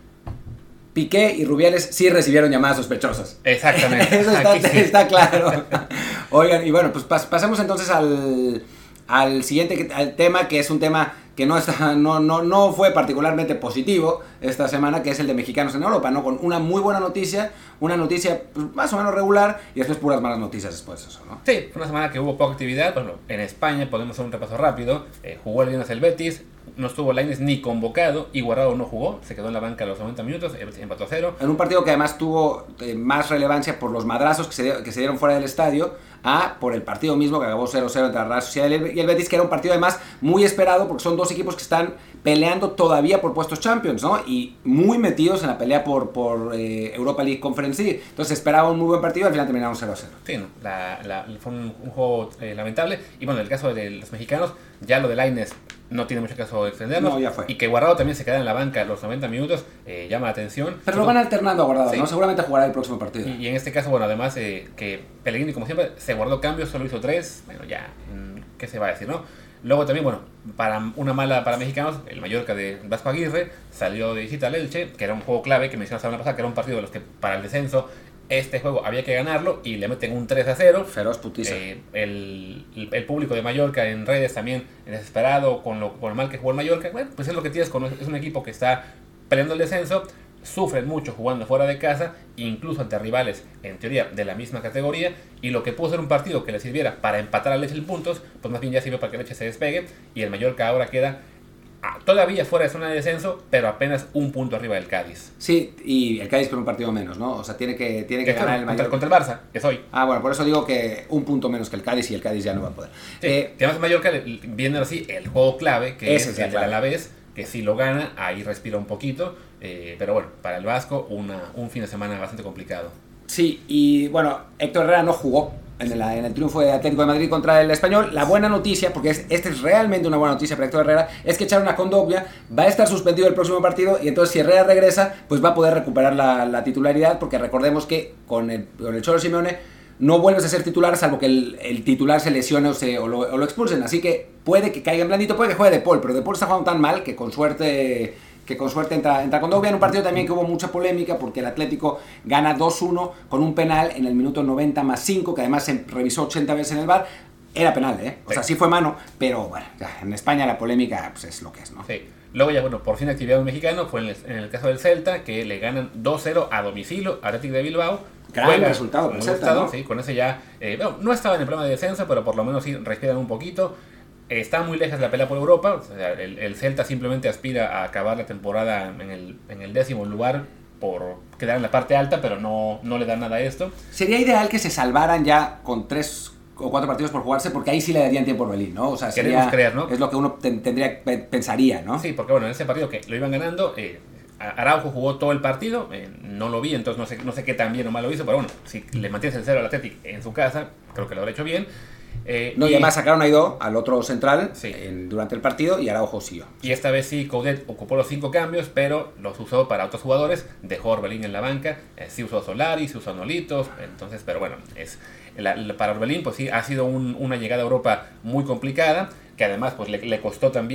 Piqué y Rubiales sí recibieron llamadas sospechosas. Exactamente. Eso está, sí. está claro. Oigan, y bueno, pues pas, pasemos entonces al, al siguiente al tema, que es un tema que no, está, no, no, no fue particularmente positivo esta semana, que es el de mexicanos en Europa, ¿no? Con una muy buena noticia, una noticia pues, más o menos regular, y después puras malas noticias después de eso, ¿no? Sí, fue una semana que hubo poca actividad. Por ejemplo, en España, podemos hacer un repaso rápido, eh, jugó el viernes el Betis, no estuvo Lainez ni convocado, y Guardado no jugó, se quedó en la banca a los noventa minutos, empató a cero. En un partido que además tuvo eh, más relevancia por los madrazos que se, que se dieron fuera del estadio, a por el partido mismo que acabó cero cero entre la Real Sociedad y el Betis, que era un partido además muy esperado porque son dos equipos que están peleando todavía por puestos Champions, ¿no? Y muy metidos en la pelea por, por eh, Europa League Conference League. Entonces esperaba un muy buen partido y al final terminaron cero cero. Sí, no, la, la, fue un, un juego eh, lamentable. Y bueno, en el caso de los mexicanos, ya lo de Lainez no tiene mucho caso extendernos. No, ya fue. Y que Guardado también se queda en la banca a los noventa minutos, eh, llama la atención. Pero lo van alternando a Guardado, sí. ¿no? Seguramente jugará el próximo partido. Y, y en este caso, bueno, además eh, que Pellegrini, como siempre, se guardó cambios, solo hizo tres. Bueno, ya, ¿qué se va a decir, no? Luego también, bueno, para una mala para mexicanos, el Mallorca de Vasco Aguirre salió de visita al Elche, que era un juego clave que mencionamos la semana pasada, que era un partido de los que para el descenso este juego había que ganarlo y le meten un tres a cero. Feroz putiza. Eh, el, el público de Mallorca en redes también desesperado con lo, con lo mal que jugó el Mallorca. Bueno, pues es lo que tienes con es un equipo que está peleando el descenso, sufren mucho jugando fuera de casa, incluso ante rivales en teoría de la misma categoría, y lo que pudo ser un partido que le sirviera para empatar al Leche en puntos, pues más bien ya sirvió para que el Leche se despegue, y el Mallorca ahora queda todavía fuera de zona de descenso, pero apenas un punto arriba del Cádiz. Sí, y el Cádiz con un partido menos, ¿no? O sea, tiene que, tiene que ganar el Mallorca. Mallorca. Contra el Barça, que es hoy. Ah, bueno, por eso digo que un punto menos que el Cádiz y el Cádiz ya no va a poder. Sí, eh, que además el Mallorca viene así el juego clave, que es el del Alavés, que si lo gana, ahí respira un poquito, eh, pero bueno, para el Vasco una, un fin de semana bastante complicado. Sí, y bueno, Héctor Herrera no jugó en, la, en el triunfo de Atlético de Madrid contra el Español. La buena noticia, porque es, esta es realmente una buena noticia para Héctor Herrera, es que echaron a Kondogbia, va a estar suspendido el próximo partido, y entonces si Herrera regresa, pues va a poder recuperar la, la titularidad, porque recordemos que con el, con el Cholo Simeone no vuelves a ser titular salvo que el, el titular se lesione o, se, o, lo, o lo expulsen, así que puede que caiga en blandito, puede que juegue De Paul, pero De Paul está jugando tan mal que con suerte... que con suerte entra, entra Kondogbia en un partido también que hubo mucha polémica porque el Atlético gana dos uno con un penal en el minuto noventa más cinco, que además se revisó ochenta veces en el V A R. Era penal, ¿eh? O sea, sí fue mano, pero bueno, ya, en España la polémica pues, es lo que es, ¿no? Sí. Luego ya, bueno, por fin actividad un mexicano, fue en el, en el caso del Celta, que le ganan dos cero a domicilio a Athletic de Bilbao. Gran Juega, resultado para el Celta, ¿no? Sí, con ese ya, eh, bueno, no estaba en el problema de descenso, pero por lo menos sí respiran un poquito. Está muy lejos la pelea por Europa, o sea, el, el Celta simplemente aspira a acabar la temporada en el, en el décimo lugar por quedar en la parte alta, pero no, no le da nada a esto. Sería ideal que se salvaran ya con tres o cuatro partidos por jugarse, porque ahí sí le darían tiempo a Orbelín, ¿no? O sea, sería, creer, ¿no? Es lo que uno ten, tendría, pensaría, ¿no? Sí, porque bueno, en ese partido que lo iban ganando, eh, Araujo jugó todo el partido, eh, no lo vi, entonces no sé, no sé qué tan bien o mal lo hizo, pero bueno, si le mantienes el cero al Athletic en su casa, creo que lo habrá hecho bien. Eh, no, y, y además sacaron a Aidó, al otro central, sí. en, durante el partido, y Araujo siguió. Y esta vez sí, Coudet ocupó los cinco cambios, pero los usó para otros jugadores, dejó a Orbelín en la banca, eh, sí usó a Solari, sí usó a Nolitos, entonces, pero bueno, es la, la, para Orbelín pues sí ha sido un, una llegada a Europa muy complicada, que además pues le, le costó también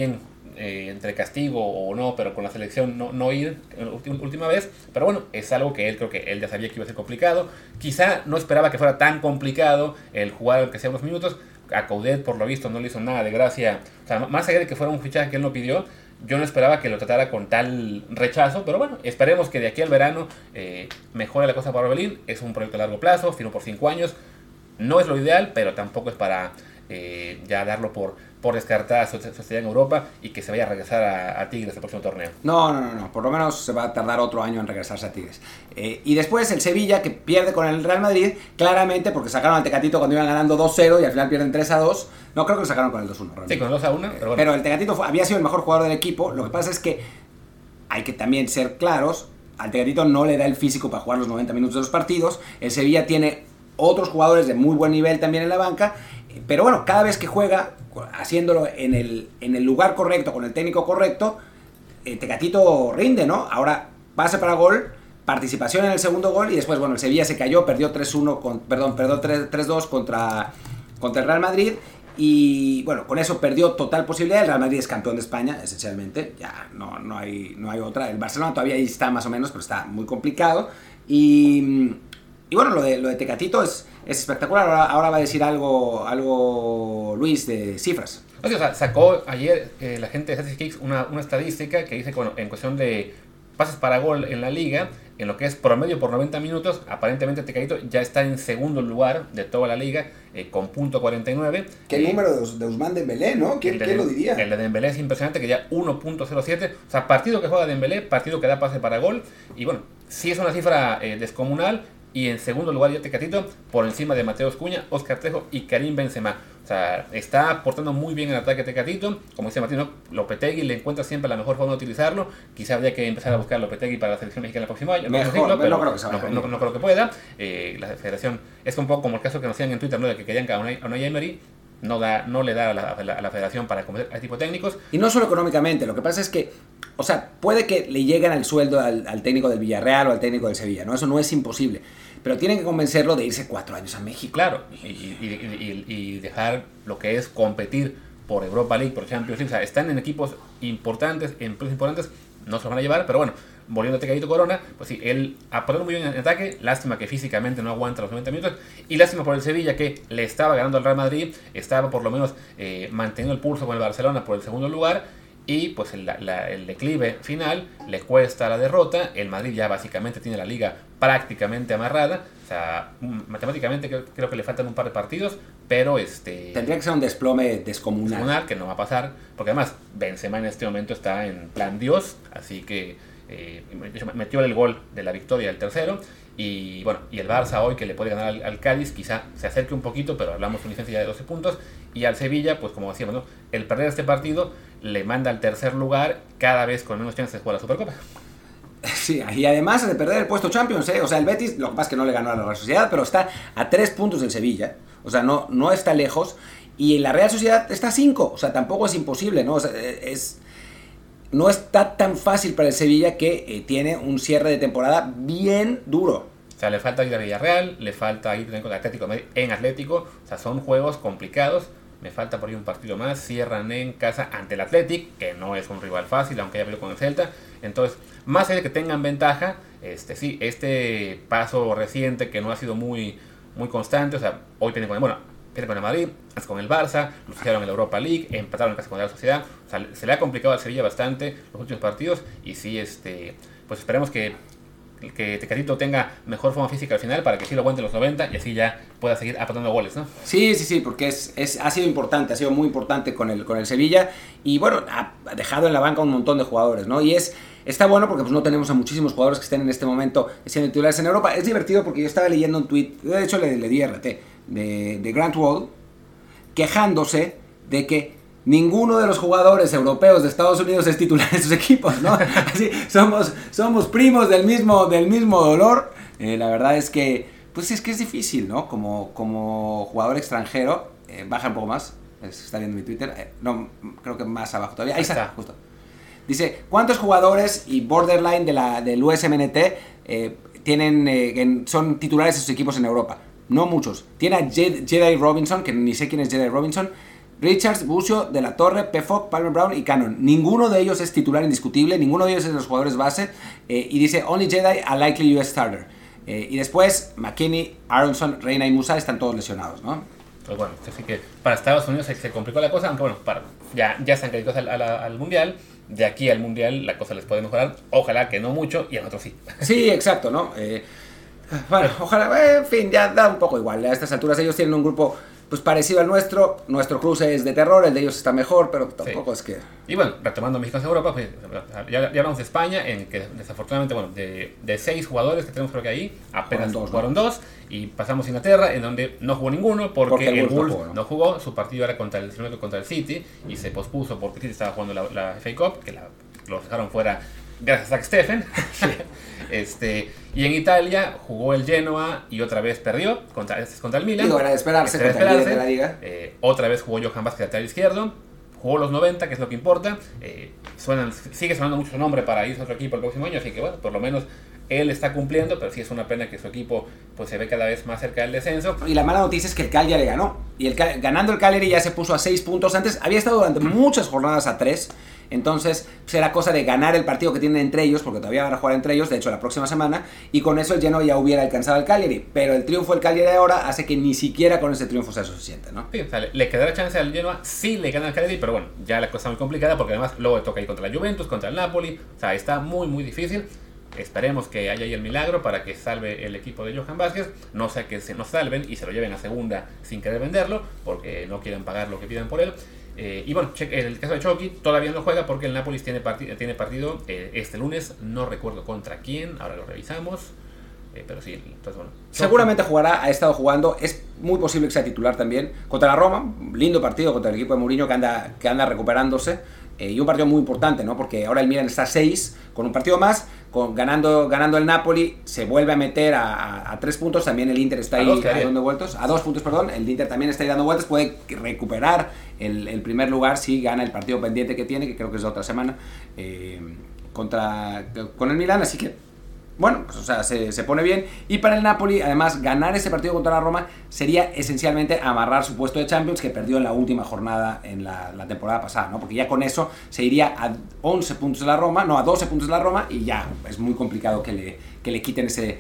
eh, entre castigo o no, pero con la selección no, no ir la última vez. Pero bueno, es algo que él creo que él ya sabía que iba a ser complicado. Quizá no esperaba que fuera tan complicado el jugar aunque sea unos minutos. A Coudet, por lo visto, no le hizo nada de gracia. O sea, más allá de que fuera un fichaje que él no pidió, yo no esperaba que lo tratara con tal rechazo. Pero bueno, esperemos que de aquí al verano eh, mejore la cosa para Orbelín. Es un proyecto a largo plazo, firmó por cinco años. No es lo ideal, pero tampoco es para eh, ya darlo por, por descartada su estadía en Europa y que se vaya a regresar a, a Tigres el próximo torneo. No, no, no, no, por lo menos se va a tardar otro año en regresarse a Tigres. Eh, y después el Sevilla, que pierde con el Real Madrid, claramente porque sacaron al Tecatito cuando iban ganando dos cero y al final pierden tres a dos. No, creo que lo sacaron con el dos uno. Sí, con el dos a uno. Pero, bueno. pero el Tecatito fue, había sido el mejor jugador del equipo. Lo que pasa es que hay que también ser claros. Al Tecatito no le da el físico para jugar los noventa minutos de los partidos. El Sevilla tiene otros jugadores de muy buen nivel también en la banca, pero bueno, cada vez que juega, haciéndolo en el, en el lugar correcto, con el técnico correcto, eh, Tecatito rinde, ¿no? Ahora, pase para gol, participación en el segundo gol, y después, bueno, el Sevilla se cayó, perdió tres uno, con, perdón, perdió tres dos contra, contra el Real Madrid, y bueno, con eso perdió total posibilidad. El Real Madrid es campeón de España, esencialmente, ya no, no, hay, no hay otra. El Barcelona todavía ahí está más o menos, pero está muy complicado, y... Y bueno, lo de, lo de Tecatito es, es espectacular. Ahora, ahora va a decir algo, algo Luis de cifras. O sea, sacó ayer eh, la gente de Statistics una, una estadística que dice que bueno, en cuestión de pases para gol en la liga, en lo que es promedio por noventa minutos, aparentemente Tecatito ya está en segundo lugar de toda la liga, eh, con punto cuarenta y nueve. ¿Qué eh, número de, de Ousmane Dembélé, no? ¿Quién, de, ¿quién lo diría? El de Dembélé es impresionante, que ya uno punto cero siete. O sea, partido que juega Dembélé, partido que da pase para gol. Y bueno, sí es una cifra eh, descomunal. Y en segundo lugar ya Tecatito, por encima de Mateus Cunha, Óscar Trejo y Karim Benzema. O sea, está aportando muy bien el ataque Tecatito. Como dice Martín, ¿no? Lopetegui le encuentra siempre la mejor forma de utilizarlo. Quizá habría que empezar a buscar Lopetegui para la selección mexicana el próximo año. Mejor, ciclo, pero no, creo que se vaya no, no, no creo que pueda. Eh, la federación es un poco como el caso que nos decían en Twitter, ¿no? De que querían a Unai Emery. No, da, no le da a la, a la, a la federación para convencer a este tipo de técnicos. Y no solo económicamente, lo que pasa es que, o sea, puede que le lleguen al sueldo al, al técnico del Villarreal o al técnico del Sevilla, ¿no? Eso no es imposible. Pero tienen que convencerlo de irse cuatro años a México. Claro, y, y, y, y dejar lo que es competir por Europa League, por Champions League. O sea, están en equipos importantes, en empresas importantes, no se los van a llevar, pero bueno, volviendo a Tecatito Corona, pues sí, él aportó muy bien en ataque, lástima que físicamente no aguanta los noventa minutos, y lástima por el Sevilla que le estaba ganando al Real Madrid, estaba por lo menos eh, manteniendo el pulso con el Barcelona por el segundo lugar, y pues el, la, el declive final le cuesta la derrota. El Madrid ya básicamente tiene la liga prácticamente amarrada, o sea, matemáticamente creo, creo que le faltan un par de partidos, pero este... Tendría que ser un desplome descomunal. descomunal, que no va a pasar, porque además Benzema en este momento está en plan Dios, así que eh, metió el gol de la victoria del tercero, y bueno, y el Barça hoy que le puede ganar al, al Cádiz, quizá se acerque un poquito, pero hablamos de una diferencia de doce puntos, y al Sevilla, pues como decíamos, ¿no? El perder este partido le manda al tercer lugar, cada vez con menos chances de jugar la Supercopa. Sí, y además de perder el puesto Champions, ¿eh? O sea, el Betis, lo que pasa es que no le ganó a la Real Sociedad, pero está a tres puntos del Sevilla, o sea, no, no está lejos, y la Real Sociedad está a cinco, o sea, tampoco es imposible, ¿no? O sea, es... No está tan fácil para el Sevilla, que eh, tiene un cierre de temporada bien duro. O sea, le falta ir a Villarreal, le falta ir con el Atlético en Atlético, o sea, son juegos complicados. Me falta por ahí un partido más, cierran en casa ante el Athletic, que no es un rival fácil, aunque haya perdido con el Celta. Entonces, más allá de que tengan ventaja, este sí, este paso reciente que no ha sido muy, muy constante, o sea, hoy tienen con el, bueno, tienen con el Madrid, con el Barça, lucharon en la Europa League, empataron en casa con la Real Sociedad, o sea, se le ha complicado al Sevilla bastante los últimos partidos, y sí, este, pues esperemos que que Tecatito tenga mejor forma física al final para que sí lo aguante los noventa y así ya pueda seguir aportando goles, ¿no? Sí, sí, sí, porque es, es, ha sido importante, ha sido muy importante con el, con el Sevilla, y bueno, ha dejado en la banca un montón de jugadores, ¿no? Y es, está bueno porque pues no tenemos a muchísimos jugadores que estén en este momento siendo titulares en Europa. Es divertido porque yo estaba leyendo un tweet, de hecho le, le di R T, de, de Grant Wall, quejándose de que ninguno de los jugadores europeos de Estados Unidos es titular en sus equipos, ¿no? Así, somos, somos primos del mismo, del mismo dolor. Eh, la verdad es que, pues es que es difícil, ¿no? Como, como jugador extranjero, eh, baja un poco más, se está viendo mi Twitter, eh, no, creo que más abajo todavía, ahí está, justo. Dice, ¿cuántos jugadores y borderline de la, del U S M N T eh, tienen, eh, son titulares de sus equipos en Europa? No muchos. Tiene a Jedi Robinson, que ni sé quién es Jedi Robinson. Richards, Bucio, De La Torre, Pefok, Palmer Brown y Cannon. Ninguno de ellos es titular indiscutible, ninguno de ellos es de los jugadores base. Eh, y dice, only Jedi, a likely U S starter. Eh, y después, McKinney, Aronson, Reina y Musa están todos lesionados, ¿no? Pues bueno, así que para Estados Unidos se, se complicó la cosa, aunque bueno, para, ya, ya están calificados al, al, al Mundial. De aquí al Mundial la cosa les puede mejorar. Ojalá que no mucho y a nosotros sí. Sí, exacto, ¿no? Eh, bueno, ojalá, eh, en fin, ya da un poco igual. A estas alturas ellos tienen un grupo pues parecido al nuestro. Nuestro cruce es de terror, el de ellos está mejor, pero tampoco sí. es que... Y bueno, retomando México en Europa, pues, ya, ya hablamos de España, en que desafortunadamente, bueno, de, de seis jugadores que tenemos creo que ahí, apenas dos, jugaron ¿no? dos. Y pasamos a Inglaterra, en donde no jugó ninguno, porque, porque el, el Wolves no jugó, ¿no? no jugó. Su partido era contra el, contra el City, y se pospuso porque el City estaba jugando la, la F A Cup, que la, lo dejaron fuera gracias a Zach Steffen. Sí. Este, y en Italia jugó el Genoa y otra vez perdió contra, contra el Milan. Digo, era de esperarse contra esperarse. el líder de la liga. Eh, otra vez jugó Johan Vázquez lateral izquierdo. Jugó los noventa, que es lo que importa. Eh, suenan, sigue sonando mucho su nombre para irse a otro equipo el próximo año, así que bueno, por lo menos él está cumpliendo, pero sí es una pena que su equipo pues se ve cada vez más cerca del descenso. Y la mala noticia es que el Cagliari ganó. Y el, ganando el Cagliari ya se puso a seis puntos. Antes había estado durante muchas jornadas a tres. Entonces será cosa de ganar el partido que tienen entre ellos, porque todavía van a jugar entre ellos, de hecho la próxima semana, y con eso el Genoa ya hubiera alcanzado al Cagliari. Pero el triunfo del Cagliari ahora hace que ni siquiera con ese triunfo sea suficiente, ¿no? Sí, o sea, le, le quedará chance al Genoa, sí le gana al Cagliari, pero bueno, ya la cosa está muy complicada, porque además luego le toca ir contra la Juventus, contra el Napoli, o sea, está muy muy difícil. Esperemos que haya ahí el milagro para que salve el equipo de Johan Vázquez, no sea que se nos salven y se lo lleven a segunda sin querer venderlo, porque no quieren pagar lo que piden por él. Eh, y bueno, en el caso de Chucky todavía no juega porque el Nápoles tiene, partid tiene partido eh, este lunes, no recuerdo contra quién, ahora lo revisamos, eh, pero sí, entonces bueno. Seguramente jugará, ha estado jugando, es muy posible que sea titular también, contra la Roma, lindo partido contra el equipo de Mourinho que anda, que anda recuperándose, eh, y un partido muy importante, ¿no? Porque ahora el Milan está a seis, con un partido más, con, ganando, ganando el Napoli, se vuelve a meter a, a, a tres puntos, también el Inter está a ahí dos, ahí dando vueltas, a dos puntos, perdón, el Inter también está ahí dando vueltas, puede recuperar el, el primer lugar si gana el partido pendiente que tiene, que creo que es de otra semana, eh, contra, con el Milan, así que bueno, pues, o sea, se, se pone bien. Y para el Napoli, además, ganar ese partido contra la Roma sería esencialmente amarrar su puesto de Champions, que perdió en la última jornada en la, la temporada pasada, ¿no? Porque ya con eso se iría a once puntos de la Roma, no, a doce puntos de la Roma, y ya es muy complicado que le, que le quiten ese,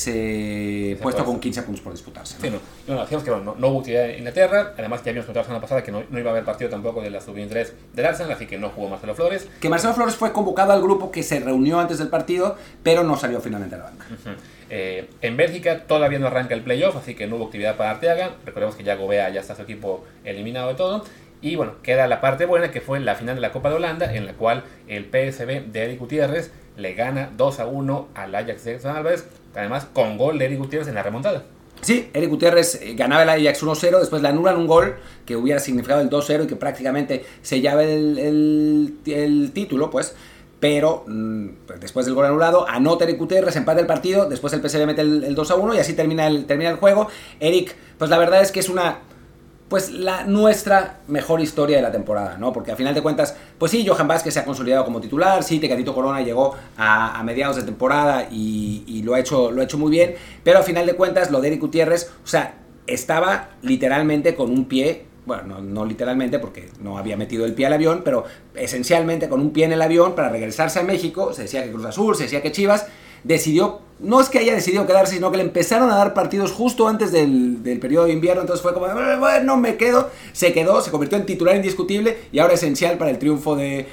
ese, ese puesto con quince puntos por disputarse, ¿no? Sí, no, no, decíamos que bueno, no, no hubo utilidad en Inglaterra, además ya habíamos contado la semana pasada que no, no iba a haber partido tampoco de la sub veintitrés del Arsenal, así que no jugó Marcelo Flores. Que Marcelo Flores fue convocado al grupo que se reunió antes del partido, pero no salió finalmente a la banca. Uh-huh. eh, en Bélgica todavía no arranca el playoff, así que no hubo actividad para Arteaga. Recordemos que ya Gobea ya está su equipo eliminado de todo. Y bueno, queda la parte buena, que fue la final de la Copa de Holanda, en la cual el P S V de Eric Gutiérrez le gana dos a uno al Ajax de Edson Álvarez, además con gol de Eric Gutiérrez en la remontada. Sí, Eric Gutiérrez ganaba el Ajax uno cero, después le anulan un gol que hubiera significado el dos cero y que prácticamente sellaba el, el, el título, pues. Pero mmm, después del gol anulado, anota Eric Gutiérrez, empata el partido, después el P S V mete el, el dos a uno y así termina el, termina el juego. Eric, pues la verdad es que es una... pues la nuestra mejor historia de la temporada, ¿no? Porque al final de cuentas, pues sí, Johan Vázquez se ha consolidado como titular, sí, Tecatito Corona llegó a, a mediados de temporada y, y lo, ha hecho, lo ha hecho muy bien, pero al final de cuentas, lo de Eric Gutiérrez, o sea, estaba literalmente con un pie, bueno, no, no literalmente porque no había metido el pie al avión, pero esencialmente con un pie en el avión para regresarse a México. Se decía que Cruz Azul, se decía que Chivas, decidió, no es que haya decidido quedarse, sino que le empezaron a dar partidos justo antes del, del periodo de invierno, entonces fue como, bueno, me quedo, se quedó, se convirtió en titular indiscutible y ahora esencial para el triunfo de,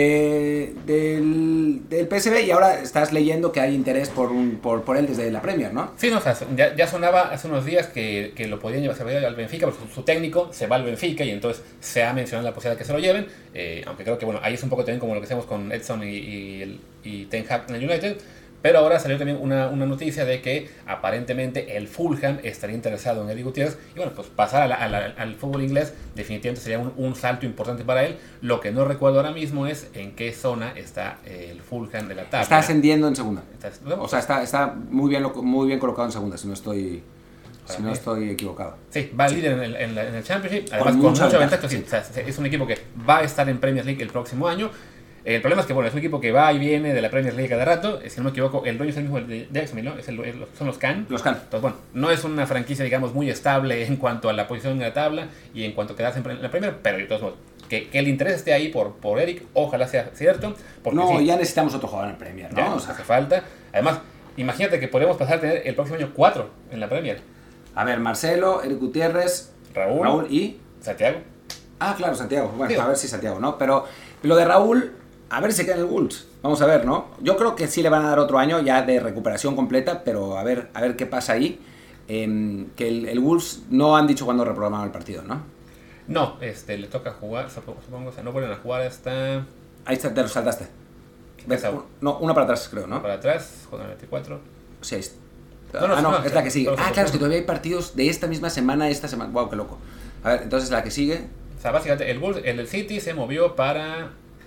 de, del, del P S V, y ahora estás leyendo que hay interés por, un, por, por él desde la Premier, ¿no? Sí, no, o sea, ya, ya sonaba hace unos días que, que lo podían llevar al Benfica, porque su, su técnico se va al Benfica y entonces se ha mencionado la posibilidad de que se lo lleven, eh, aunque creo que bueno, ahí es un poco también como lo que hacemos con Edson y, y, el, y Ten Hag en el United. Pero ahora salió también una, una noticia de que aparentemente el Fulham estaría interesado en Eric Gutiérrez. Y bueno, pues pasar a la, a la, al fútbol inglés definitivamente sería un, un salto importante para él. Lo que no recuerdo ahora mismo es en qué zona está el Fulham de la tabla. Está ascendiendo en segunda. Está, o sea, está, está muy, bien, muy bien colocado en segunda, si no estoy... Si no estoy equivocado. Sí, va sí. líder en el, en, la, en el Championship. Además, con, con mucha ventaja. Sí, o sea, es un equipo que va a estar en Premier League el próximo año. El problema es que, bueno, es un equipo que va y viene de la Premier League cada rato. Si no me equivoco, el dueño es el mismo de Jacksonville, ¿no? Es el, el, son los Can. Los Can. Entonces, bueno, no es una franquicia, digamos, muy estable en cuanto a la posición en la tabla y en cuanto a quedarse en la Premier, pero de todos modos, que, que el interés esté ahí por, por Eric, ojalá sea cierto. Porque no, sí, ya necesitamos otro jugador en el Premier, ¿no? ya O nos sea, hace falta. Además, imagínate que podemos pasar a tener el próximo año cuatro en la Premier. a ver, Marcelo, Eric Gutiérrez, Raúl, Raúl y... Santiago. Ah, claro, Santiago. Bueno, Sí. a ver si Santiago, ¿no? Pero lo de Raúl, a ver si se queda en el Wolves. Vamos a ver, ¿no? Yo creo que sí le van a dar otro año ya de recuperación completa, pero a ver, a ver qué pasa ahí. Eh, que el, el Wolves no han dicho cuándo reprogramaron el partido, ¿no? No, este, le toca jugar, supongo, supongo, o sea, no vuelven a jugar hasta... Ahí está, te lo saltaste. Ves, Esa- un- no, una para atrás, creo, ¿no? Para atrás, jornada veinticuatro. Sí, ahí está. No, no, ah, no, no, es la que sigue. todos Ah, los claro, es que otros. todavía hay partidos de esta misma semana, esta semana. Wow, qué loco. A ver, entonces la que sigue. O sea, básicamente, el, Wolves, el City se movió para...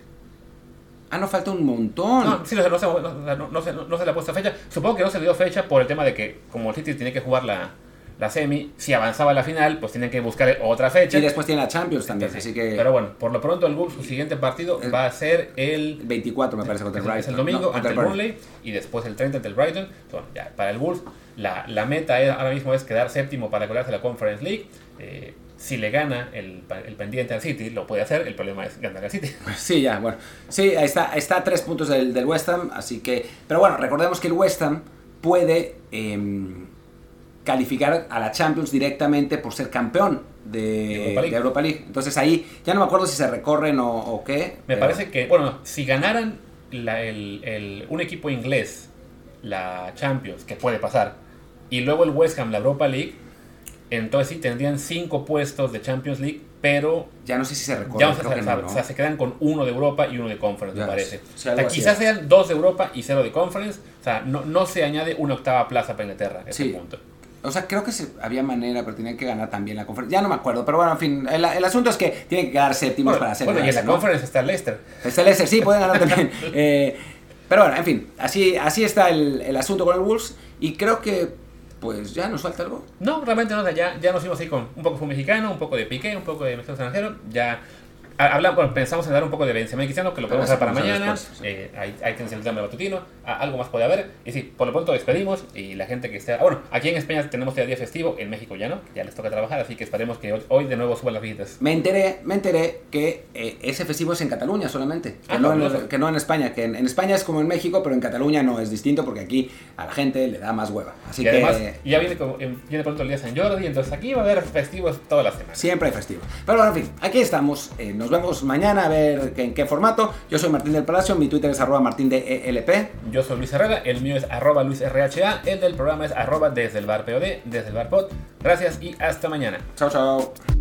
Ah, no, falta un montón. No, sí, no, se- no, se- no, no, no se, no se le ha puesto fecha. Supongo que no se le dio fecha por el tema de que, como el City tiene que jugar la, la semi, si avanzaba a la final, pues tienen que buscar otra fecha. Y después tiene la Champions también, Entonces, así que... Pero bueno, por lo pronto el Wolves, su siguiente partido El- va a ser el... veinticuatro me parece contra el Es Brighton. el domingo No, ante contra el Burnley. Burnley y después el treinta ante el Brighton. Bueno, ya, para el Wolves, la, la meta es- ahora mismo es quedar séptimo para colarse a la Conference League. Eh, si le gana el, pa- el pendiente al City, lo puede hacer. El problema es ganar al City. Sí, ya, bueno. Sí, ahí está, ahí está a tres puntos del, del West Ham, así que... Pero bueno, recordemos que el West Ham puede em, calificar a la Champions directamente por ser campeón de Europa League. de Europa League. Entonces ahí, ya no me acuerdo si se recorren o, o qué. Me pero- parece que, bueno, si ganaran la- el, el- un equipo inglés la Champions, que puede pasar, y luego el West Ham la Europa League, entonces sí tendrían cinco puestos de Champions League, pero Ya no sé si se recorren, ya no se creo que sabe, no, o ¿no? sea, se quedan con uno de Europa y uno de Conference, Ya, me parece. sí, O algo sea, así quizás es. sean dos de Europa y cero de Conference, o sea, no, no se añade una octava plaza para Inglaterra a ese Sí. punto. O sea, creo que se- había manera, pero tenían que ganar también la conferencia. Ya no me acuerdo, pero bueno, en fin, el, el asunto es que tienen que quedar séptimos Bueno, para hacer bueno, y en la ¿no? Conference está el Leicester. Está el Leicester, sí, pueden ganar también. Eh, pero bueno, en fin, así, así está el, el asunto con el Wolves. Y creo que, pues, ya nos falta algo. No, realmente no, o sea, ya, ya nos fuimos ahí con un poco de fútbol mexicano, un poco de Piqué, un poco de mexicano extranjero, ya ha- hablamos, bueno, pensamos en dar un poco de Benzema y Cristiano, que lo podemos Pero hacer para eso mañana, después, sí. eh, ahí, ahí tienes el tema de matutino, a- algo más puede haber, y sí, por lo pronto despedimos, y la gente que esté, ah, bueno, aquí en España tenemos ya día festivo, en México ya no, ya les toca trabajar, así que esperemos que hoy, hoy de nuevo suban las visitas. Me enteré, me enteré que eh, ese festivo es en Cataluña solamente, que, Ah, no, en, fabuloso. que no en España, que en, en España es como en México, pero en Cataluña no es distinto porque aquí a la gente le da más hueva. Así y además, que ya viene, como, em, viene pronto el día San Jordi, entonces aquí va a haber festivos todas las semanas. siempre hay festivo. Pero bueno, en fin, aquí estamos. Eh, nos vemos mañana a ver que- en qué formato. Yo soy Martín del Palacio, mi Twitter es arroba martín de E L P. Yo soy Luis Herrera, el mío es arroba Luis R H A, el del programa es arroba desde el bar P O D, desde el bar Pod. Gracias y hasta mañana. Chao, chao.